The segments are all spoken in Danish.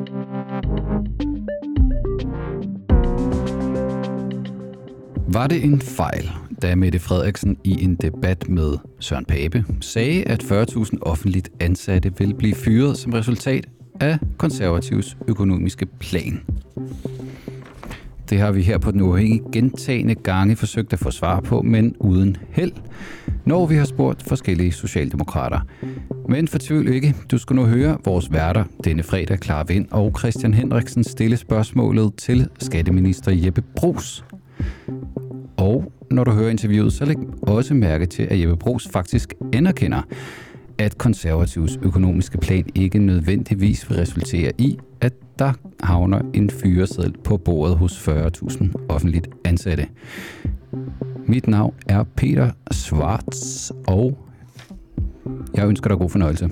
Var det en fejl, da Mette Frederiksen i en debat med Søren Pape sagde, at 40.000 offentligt ansatte vil blive fyret som resultat af Konservatives økonomiske plan? Det har vi her på Den Uafhængige gentagne gange forsøgt at få svar på, men uden held, når vi har spurgt forskellige socialdemokrater. Men fortvivl ikke, du skal nu høre vores værter denne fredag, Clara Vind og Christian Henriksen, stille spørgsmålet til skatteminister Jeppe Bruus. Og når du hører interviewet, så læg også mærke til, at Jeppe Bruus faktisk anerkender, at Konservatives økonomiske plan ikke nødvendigvis vil resultere i, at der havner en fyreseddel på bordet hos 40.000 offentligt ansatte. Mit navn er Peter Schwartz, og jeg ønsker dig god fornøjelse.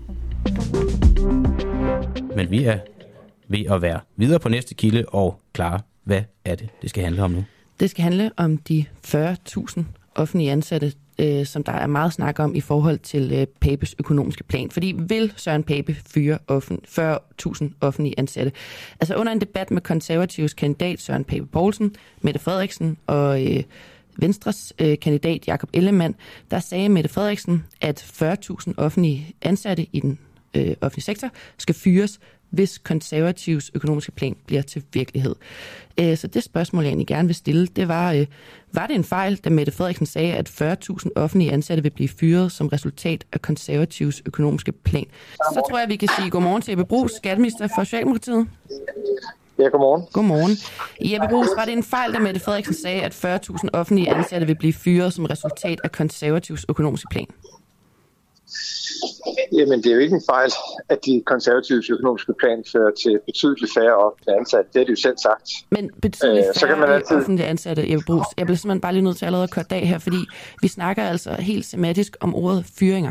Men vi er ved at være videre på næste kilde, og Clara, hvad er det skal handle om nu? Det skal handle om de 40.000 offentlige ansatte, som der er meget snak om i forhold til Papes økonomiske plan. Fordi vil Søren Pape fyre 40.000 offentlige ansatte? Altså under en debat med Konservatives kandidat Søren Pape Poulsen, Mette Frederiksen og Venstres kandidat Jakob Ellemann, der sagde Mette Frederiksen, at 40.000 offentlige ansatte i den offentlige sektor skal fyres, hvis Konservatives økonomiske plan bliver til virkelighed. Så det spørgsmål, jeg egentlig gerne vil stille, det var det en fejl, da Mette Frederiksen sagde, at 40.000 offentlige ansatte vil blive fyret som resultat af Konservatives økonomiske plan? Så tror jeg, vi kan sige godmorgen til Jeppe Bruus, skatteminister for Socialdemokratiet. Ja, godmorgen. Godmorgen. Jeppe Bruus, var det en fejl, da Mette Frederiksen sagde, at 40.000 offentlige ansatte vil blive fyret som resultat af Konservatives økonomiske plan? Jamen, det er jo ikke en fejl, at de konservatives økonomiske plan fører til betydeligt færre offentlige ansatte. Det er det jo selv sagt. Men betydeligt færre offentlige ansatte, Jeppe Bruus. Jeg bliver simpelthen bare lige nødt til allerede at korte af her, fordi vi snakker altså helt semantisk om ordet fyringer.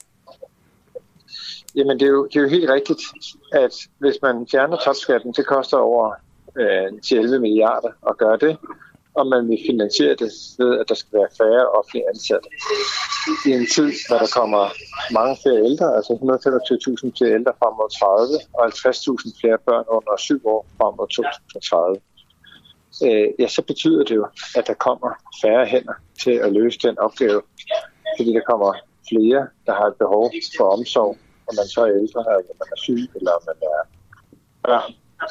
Jamen, det er jo helt rigtigt, at hvis man fjerner topskatten, det koster over 11 milliarder at gøre det, og man vil finansiere det ved, at der skal være færre offentlige ansatte. I en tid, hvor der kommer mange flere ældre, altså 125.000 flere ældre frem mod 30, og 50.000 flere børn under 7 år frem mod 2030. Ja, så betyder det jo, at der kommer færre hænder til at løse den opgave, fordi der kommer flere, der har et behov for omsorg, om man så er ældre, eller man er syg, eller om man er børn.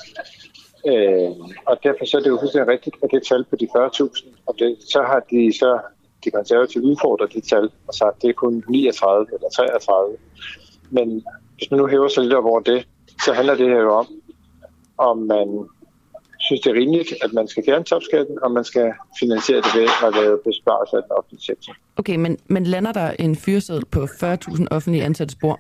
Og derfor så er det jo fuldstændig rigtigt, at det er tal på de 40.000, og så har de konservative udfordret det tal og sagt, at det er kun 39 eller 33. Men hvis man nu hæver sig lidt op over det, så handler det her jo om man synes, det er rimeligt, at man skal fjerne topskatten, og man skal finansiere det ved at lave besparelser af den offentlige sektor. Okay, men lander der en fyreseddel på 40.000 offentlige ansattes bord?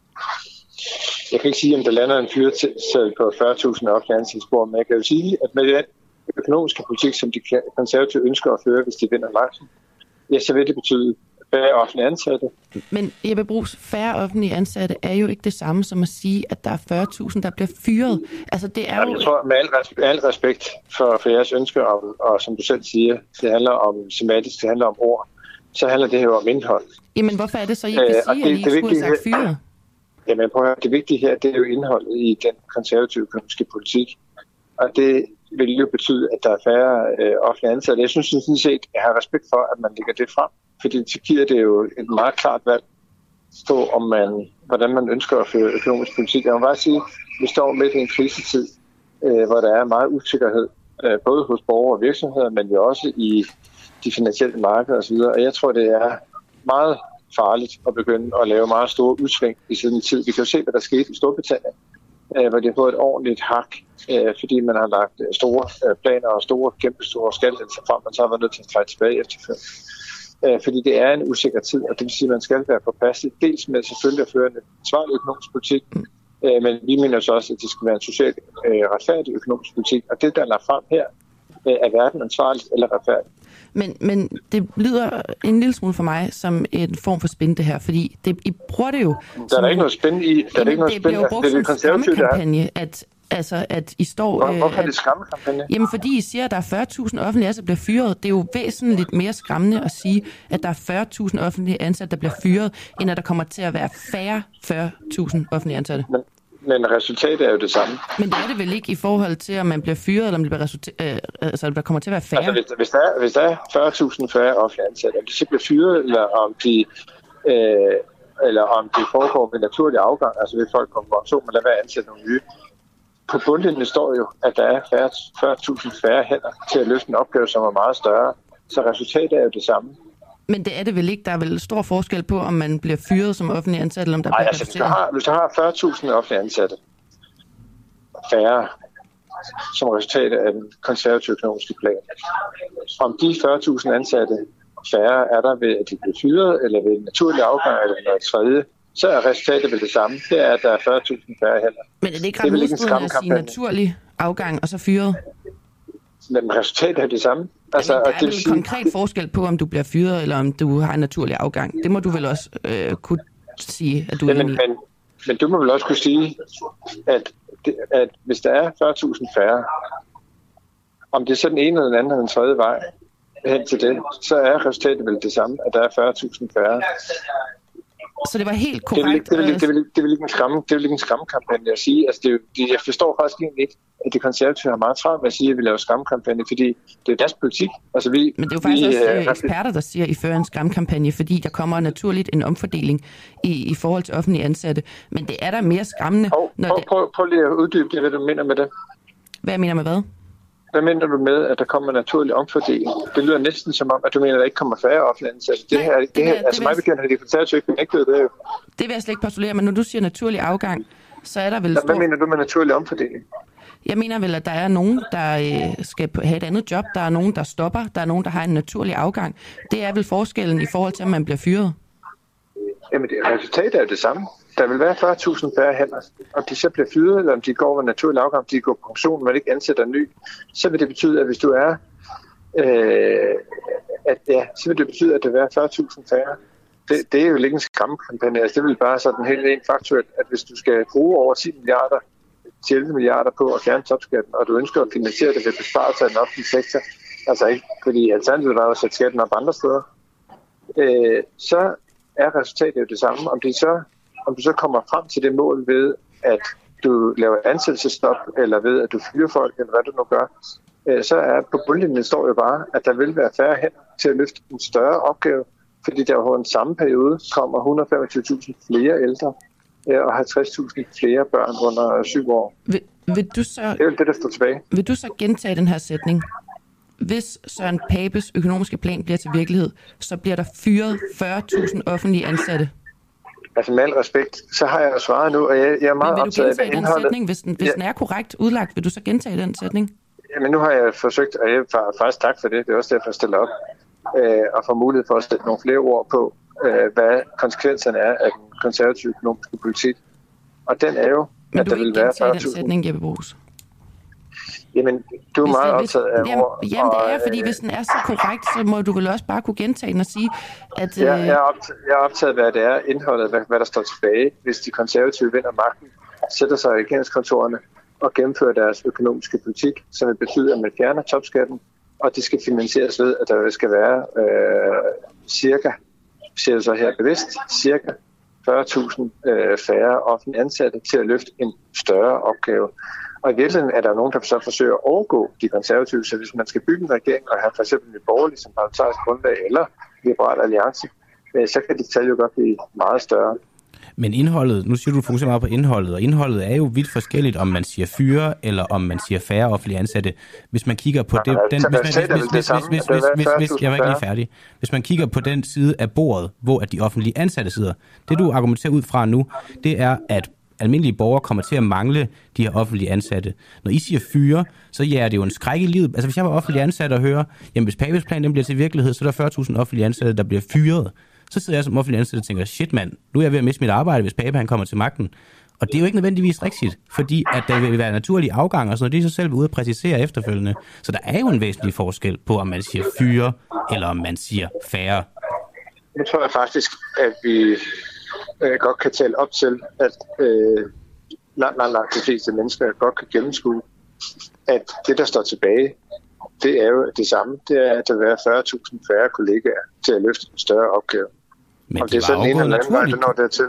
Jeg kan ikke sige, om der lander en fyreseddel på 40.000 offentlige ansattes bord, men jeg kan jo sige, at med den økonomiske politik, som de konservative ønsker at føre, hvis de vinder magten, ja, så vil det betyde færre offentlige ansatte. Men Jeppe Bruus, færre offentlige ansatte er jo ikke det samme som at sige, at der er 40.000, der bliver fyret. Altså, det er jo... Jeg tror, med al respekt for jeres ønsker, og som du selv siger, det handler om semantisk, det handler om ord, så handler det her om indhold. Jamen, hvorfor er det så, I kan sige, at I ikke skulle have sagt fyret? Jamen, prøv at høre, det vigtige her, det er jo indholdet i den konservative økonomiske politik. Og det vil jo betyde, at der er færre offentlige ansatte. Jeg synes sådan set, jeg har respekt for, at man lægger det frem. Fordi så giver det jo et meget klart valg på, hvordan man ønsker at føre økonomisk politik. Jeg må bare sige, at vi står midt i en krisetid, hvor der er meget usikkerhed, både hos borgere og virksomheder, men jo også i de finansielle markeder osv. Og jeg tror, det er meget farligt at begynde at lave meget store udsving i sådan en tid. Vi kan jo se, hvad der skete i Storbritannien, hvor de har fået et ordentligt hak, fordi man har lagt store planer og kæmpestore skattelettelser frem, man så har været nødt til at træde tilbage efterfølgende. Fordi det er en usikker tid, og det vil sige, at man skal være påpasselig. Dels med selvfølgelig at føre en ansvarlig økonomisk politik, men vi mener så også, at det skal være en socialt retfærdig økonomisk politik. Og det, der er lagt frem her, er hverken ansvarligt eller retfærdigt. Men det lyder en lille smule for mig som en form for spin, det her, fordi I bruger det jo... Der er ikke noget spin i... Det bliver jo brugt som en skræmmekampagne, at I står... Hvorfor er det skræmmekampagne? Jamen, fordi I siger, at der er 40.000 offentlige ansatte, der bliver fyret. Det er jo væsentligt mere skræmmende at sige, at der er 40.000 offentlige ansatte, der bliver fyret, end at der kommer til at være færre 40.000 offentlige ansatte. Men resultatet er jo det samme. Men det er det vel ikke i forhold til, om man bliver fyret, eller om det bliver altså, der kommer til at være færre? Altså, hvis der er 40.000 færre offentlige ansatte, om de så bliver fyret, eller om de foregår med naturlig afgang, altså ved folk kommer på, så man lader være ansætte nogle nye. På bundlinjen står jo, at der er 40.000 færre hænder til at løse en opgave, som er meget større. Så resultatet er jo det samme. Men det er det vel ikke? Der er vel stor forskel på, om man bliver fyret som offentlig ansat, eller om der bliver rekruteret? Hvis du har 40.000 offentlige ansatte færre som resultat af den konservative økonomiske plan, om de 40.000 ansatte færre er der ved, at de bliver fyret, eller ved en naturlig afgang, eller noget tredje, så er resultatet vel det samme. Det er, at der er 40.000 færre hænder. Men er det ikke ret modstridende at sige naturlig afgang og så fyret? Men resultatet er det samme. Altså, der er vel en konkret forskel på, om du bliver fyret, eller om du har en naturlig afgang. Det må du vel også kunne sige, at du er enig. Men du må vel også kunne sige, at hvis der er 40.000 færre, om det er så den ene eller den anden eller den tredje vej hen til det, så er resultatet vel det samme, at der er 40.000 færre. Så det var helt korrekt? Det er vel ikke en skræmmekampagne at sige. Altså, jeg forstår faktisk egentlig ikke, at de konservative har meget travlt med at sige, at vi laver skræmmekampagne, fordi det er deres politik. Altså, men det er jo faktisk også eksperter, der siger, at I fører en skræmmekampagne, fordi der kommer naturligt en omfordeling i forhold til offentlige ansatte. Men det er der mere skræmmende. Prøv lige at uddybe det, hvad du mener med det. Hvad jeg mener med hvad? Hvad mener du med, at der kommer en naturlig omfordeling? Det lyder næsten som om, at du mener, at der ikke kommer færre offentlige ansatte. Altså mig bekendt har de konservative ikke benægtet det jo. Det vil jeg slet ikke postulere, men når du siger naturlig afgang, så er der vel Hvad mener du med naturlig omfordeling? Jeg mener vel, at der er nogen, der skal have et andet job, der er nogen, der stopper, der er nogen, der har en naturlig afgang. Det er vel forskellen i forhold til, at man bliver fyret? Jamen, resultatet er jo det samme. Der vil være 40.000 færre hænder. Om de så bliver fyret, eller om de går over naturlig afgang, om de går på pension, men ikke ansætter en ny, så vil det betyde, at hvis du er, så vil det betyde, at der vil være 40.000 færre. Det er jo ikke en skræmmekampagne. Altså, det vil bare sådan helt rent faktuelt, at hvis du skal bruge over 10 milliarder til 11 milliarder på at fjerne topskatten, og du ønsker at finansiere det ved besparelser af den offentlige sektor, altså ikke, fordi alternativet var at sætte skatten op andre steder, så er resultatet jo det samme. Om du så kommer frem til det mål ved, at du laver ansættelsesstop, eller ved, at du fyrer folk, eller hvad du nu gør, så er på bundlinjen står jo bare, at der vil være færre hænder til at løfte en større opgave, fordi der over den samme periode kommer 125.000 flere ældre og 50.000 flere børn under 7 år. Vil du så, det er jo det, der står tilbage. Vil du så gentage den her sætning? Hvis Søren Papes økonomiske plan bliver til virkelighed, så bliver der fyret 40.000 offentlige ansatte. Altså med al respekt, så har jeg jo svaret nu, og jeg er meget optaget af indholdet. Den sætning, hvis den er korrekt udlagt, vil du så gentage den sætning? Jamen nu har jeg forsøgt, og jeg faktisk tak for det, det er også derfor, jeg stiller op, og får mulighed for at sætte nogle flere ord på, hvad konsekvenserne er af den konservative økonomiske politik. Og den er jo, at der vil være 40.000. Den sætning, Jeppe Bruus? Jamen, du er meget optaget af ord. Jamen, det er, fordi hvis den er så korrekt, så må du vel også bare kunne gentage den og sige, at... Jeg er optaget af, hvad det er, indholdet, hvad der står tilbage, hvis de konservative vinder magten, sætter sig i regeringskontorerne og gennemfører deres økonomiske politik, som vil betyde, at man fjerner topskatten, og det skal finansieres ved, at der skal være cirka, siger jeg så her bevidst, cirka 40.000 færre offentlige ansatte til at løfte en større opgave. Og i virkeligheden er der nogen, der så forsøger at overgå de konservative, så hvis man skal bygge en regering og have for eksempel et borgerligt som parlamentarisk grundlag eller Liberal Alliance, så kan de tal jo godt blive meget større. Men indholdet, nu siger du fokuserer meget på indholdet, og indholdet er jo vidt forskelligt, om man siger fyre, eller om man siger færre offentlige ansatte. Hvis man kigger på Hvis man kigger på den side af bordet, hvor at de offentlige ansatte sidder, det du argumenterer ud fra nu, det er, at almindelige borgere kommer til at mangle de her offentlige ansatte. Når I siger fyre, så er det jo en skræk i livet. Altså hvis jeg var offentlig ansat og hører, jamen hvis Papes plan den bliver til virkelighed, så er der 40.000 offentlige ansatte, der bliver fyret. Så sidder jeg som offentlig ansat og tænker, shit mand, nu er jeg ved at miste mit arbejde, hvis Pape han kommer til magten. Og det er jo ikke nødvendigvis rigtigt, fordi at der vil være naturlige afgang og sådan noget, det er så selv ude at præcisere efterfølgende. Så der er jo en væsentlig forskel på, om man siger fyre, eller om man siger færre. Nu tror jeg faktisk, at vi godt kan tale op til, at langt de fleste mennesker godt kan gennemskue, at det, der står tilbage, det er jo det samme. Det er, at der vil være 40.000 færre kollegaer til at løfte en større opgave. Men om det er sådan en eller anden vej, der når dertil.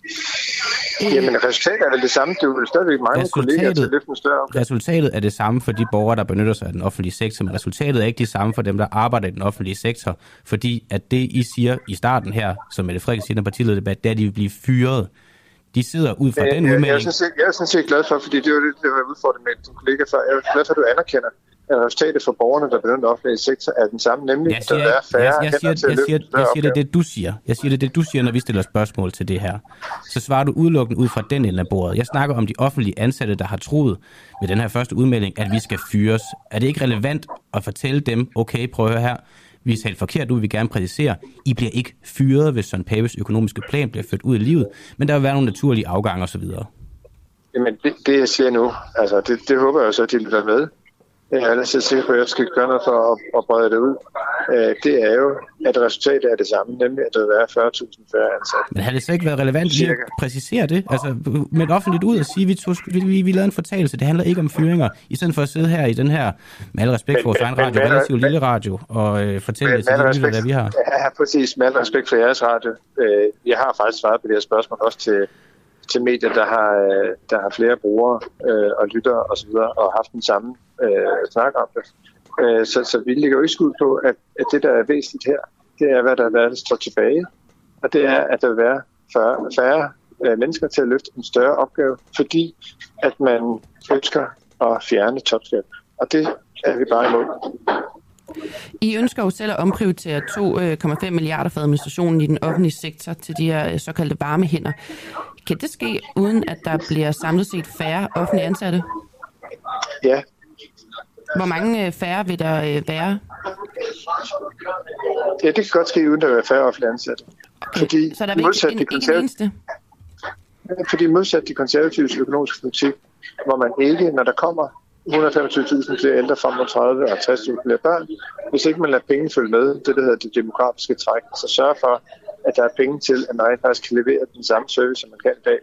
Jamen, resultatet er vel det samme. Det er jo stadigvæk mange kollegaer til at løfte en større opgave. Resultatet er det samme for de borgere, der benytter sig af den offentlige sektor, men resultatet er ikke det samme for dem, der arbejder i den offentlige sektor, fordi at det, I siger i starten her, som Mette Frederiksen siger i partilederdebat, det er, at de vil blive fyret. De sidder ud fra den udmelding. Jeg er sådan set glad for, fordi det var det, der var udfordret med din kollega før. Jeg er glad for, at du anerkender, at resultatet for borgerne, der benytter den offentlige sektor, er den samme, nemlig at der er færre hænder til at løfte større opgave. Det, du siger. Jeg siger det, du siger, når vi stiller spørgsmål til det her. Så svarer du udelukkende ud fra den ende af bordet. Jeg snakker om de offentlige ansatte, der har troet med den her første udmelding, at vi skal fyres. Er det ikke relevant at fortælle dem, okay, prøv at høre her, vi er helt forkert ud, vi vil gerne præcisere, I bliver ikke fyret, hvis Søren Papes økonomiske plan bliver ført ud i livet, men der vil være nogle naturlige afgange osv. Jamen, det jeg siger nu, altså det håber jeg jo så, at de vil være med. Jeg er så sikker på, at jeg skal gøre noget for at brede det ud. Det er jo, at resultatet er det samme, nemlig at der vil være 40.000 færre ansatte. Men har det så ikke været relevant at præcisere det? Altså med offentligt ud og sige, vi lavede en fortalelse, det handler ikke om fyringer, i stedet for at sidde her i den her, med al respekt for vores egen radio, relativt lille radio, og fortælle det til de lytter, der vi har. Ja, præcis. Med al respekt for jeres radio. Jeg har faktisk svaret på det her spørgsmål også til medier, der har flere brugere og lyttere osv., og haft den samme snak om det. Så vi ligger jo ikke skud på, at det, der er væsentligt her, det er, hvad der står tilbage. Og det er, at der vil være færre mennesker til at løfte en større opgave, fordi at man ønsker at fjerne topskat. Og det er vi bare imod. I ønsker jo selv at omprioritere 2,5 milliarder for administrationen i den offentlige sektor til de her såkaldte varme hænder. Kan det ske, uden at der bliver samlet set færre offentlige ansatte? Ja. Hvor mange færre vil der være? Ja, det kan godt ske, uden at der er færre offentlige ansatte. Okay. Fordi så der er ikke en eneste? Fordi modsat de konservatives økonomiske politik, hvor man ikke, når der kommer 125.000 flere ældre frem mod 30 og 60.000 flere børn, hvis ikke man lader penge følge med, det hedder det demografiske træk, så sørg for, at der er penge til, at man faktisk kan levere den samme service, som man kan i dag,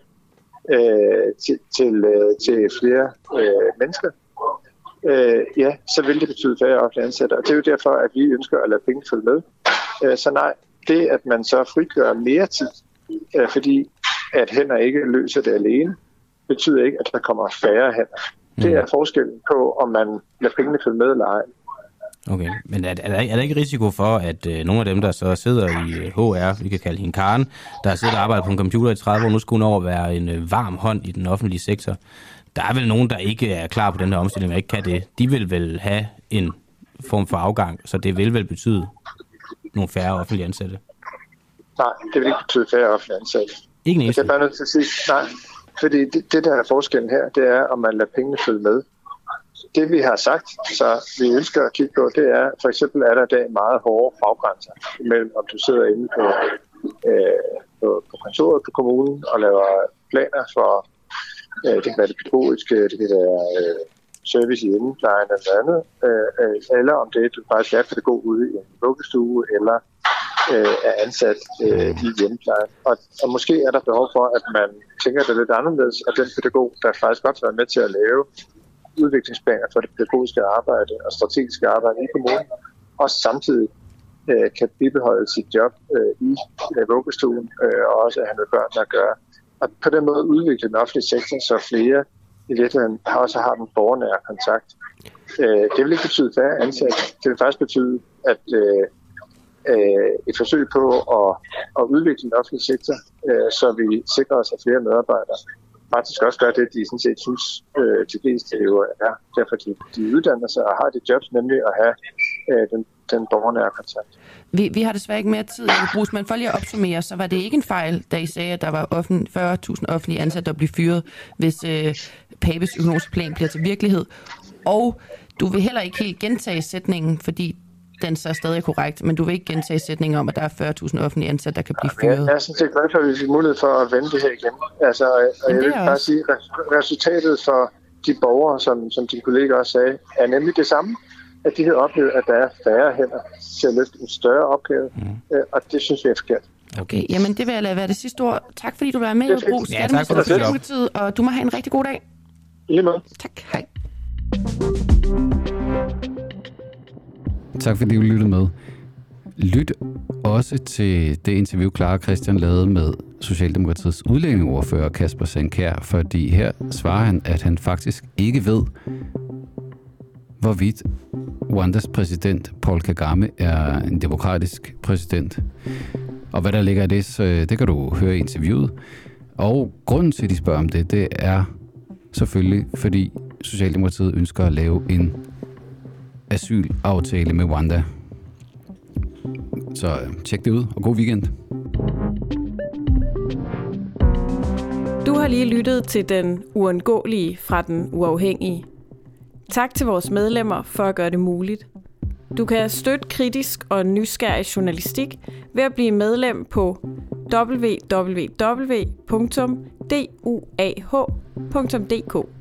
til flere mennesker, ja, så vil det betyde færre offentlige ansatte. Og det er jo derfor, at vi ønsker at lade penge følge med. Så nej, det at man så frigør mere tid, fordi at hænder ikke løser det alene, betyder ikke, at der kommer færre hænder. Det er forskellen på, om man lader pengene følge med eller ej. Okay, men er der ikke risiko for, at nogle af dem, der så sidder i HR, vi kan kalde hende Karen, der har siddet og arbejdet på en computer i 30 år, nu skulle hun over være en varm hånd i den offentlige sektor. Der er vel nogen, der ikke er klar på den her omstilling og ikke kan det. De vil vel have en form for afgang, så det vil vel betyde nogle færre offentlige ansatte? Nej, det vil ikke betyde færre offentlige ansatte. Ikke en eneste? Jeg kan bare nødt til at sige, nej. Fordi det der er forskellen her, det er, om man lader pengene følge med. Det vi har sagt, så vi ønsker at kigge på, det er, for eksempel er der i dag meget hårde faggrænser imellem, om du sidder inde på kontoret på kommunen og laver planer for, det kan være det pædagogiske, det kan være service i hjemmeplejen eller andet, eller om det du faktisk er pædagog ude i en vuggestue, eller er ansat i hjemmeplejen. Og måske er der behov for, at man tænker det lidt anderledes, og den pædagog, der faktisk godt har været med til at lave udviklingsplaner for det pædagogiske arbejde og strategiske arbejde i kommunen, og samtidig kan bibeholde sit job i vuggestuen, og også have med børn at gøre. Og på den måde udvikle den offentlige sektor, så flere i virkeligheden også har den borgernære kontakt. Det vil ikke betyde færre ansatte. Det vil faktisk betyde, at et forsøg på at udvikle den offentlige sektor, så vi sikrer os, at flere medarbejdere faktisk også gør det, de sådan set synes, de fleste jo er. Derfor de uddanner sig og har de jobs, nemlig at have den borgernære kontakt. Vi har desværre ikke mere tid, Brugs, men for lige at opsummere, så var det ikke en fejl, da I sagde, at der var 40.000 offentlige ansatte, der bliver fyret, hvis Papes økonomiske plan bliver til virkelighed. Og du vil heller ikke helt gentage sætningen, fordi den så er stadig korrekt, men du vil ikke gentage sætningen om, at der er 40.000 offentlige ansatte, der kan blive fyret. Jeg er sådan set glad for, at vi fik mulighed for at vende det her igen. Altså, og jeg vil bare sige, at resultatet for de borgere, som din kollega også sagde, er nemlig det samme, at de havde oplevet, at der er færre hænder til at løfte en større opgave, og det synes vi er forkert. Okay, jamen det vil jeg lade være det sidste ord. Tak fordi du var med, Brugs. Ja, tak for det. Og du må have en rigtig god dag. Lige måde. Tak, hej. Tak fordi du lyttede med. Lyt også til det interview, Clara Christian lavede med Socialdemokratiets udlændingeordfører Kasper Sandkjær, fordi her svarer han, at han faktisk ikke ved, hvorvidt Rwandas præsident Paul Kagame er en demokratisk præsident. Og hvad der ligger i det, så det kan du høre i interviewet. Og grunden til, at de spørger om det, det er selvfølgelig, fordi Socialdemokratiet ønsker at lave en asylaftale med Rwanda. Så tjek det ud, og god weekend. Du har lige lyttet til Den Uundgåelige fra Den Uafhængige. Tak til vores medlemmer for at gøre det muligt. Du kan støtte kritisk og nysgerrig journalistik ved at blive medlem på www.duah.dk.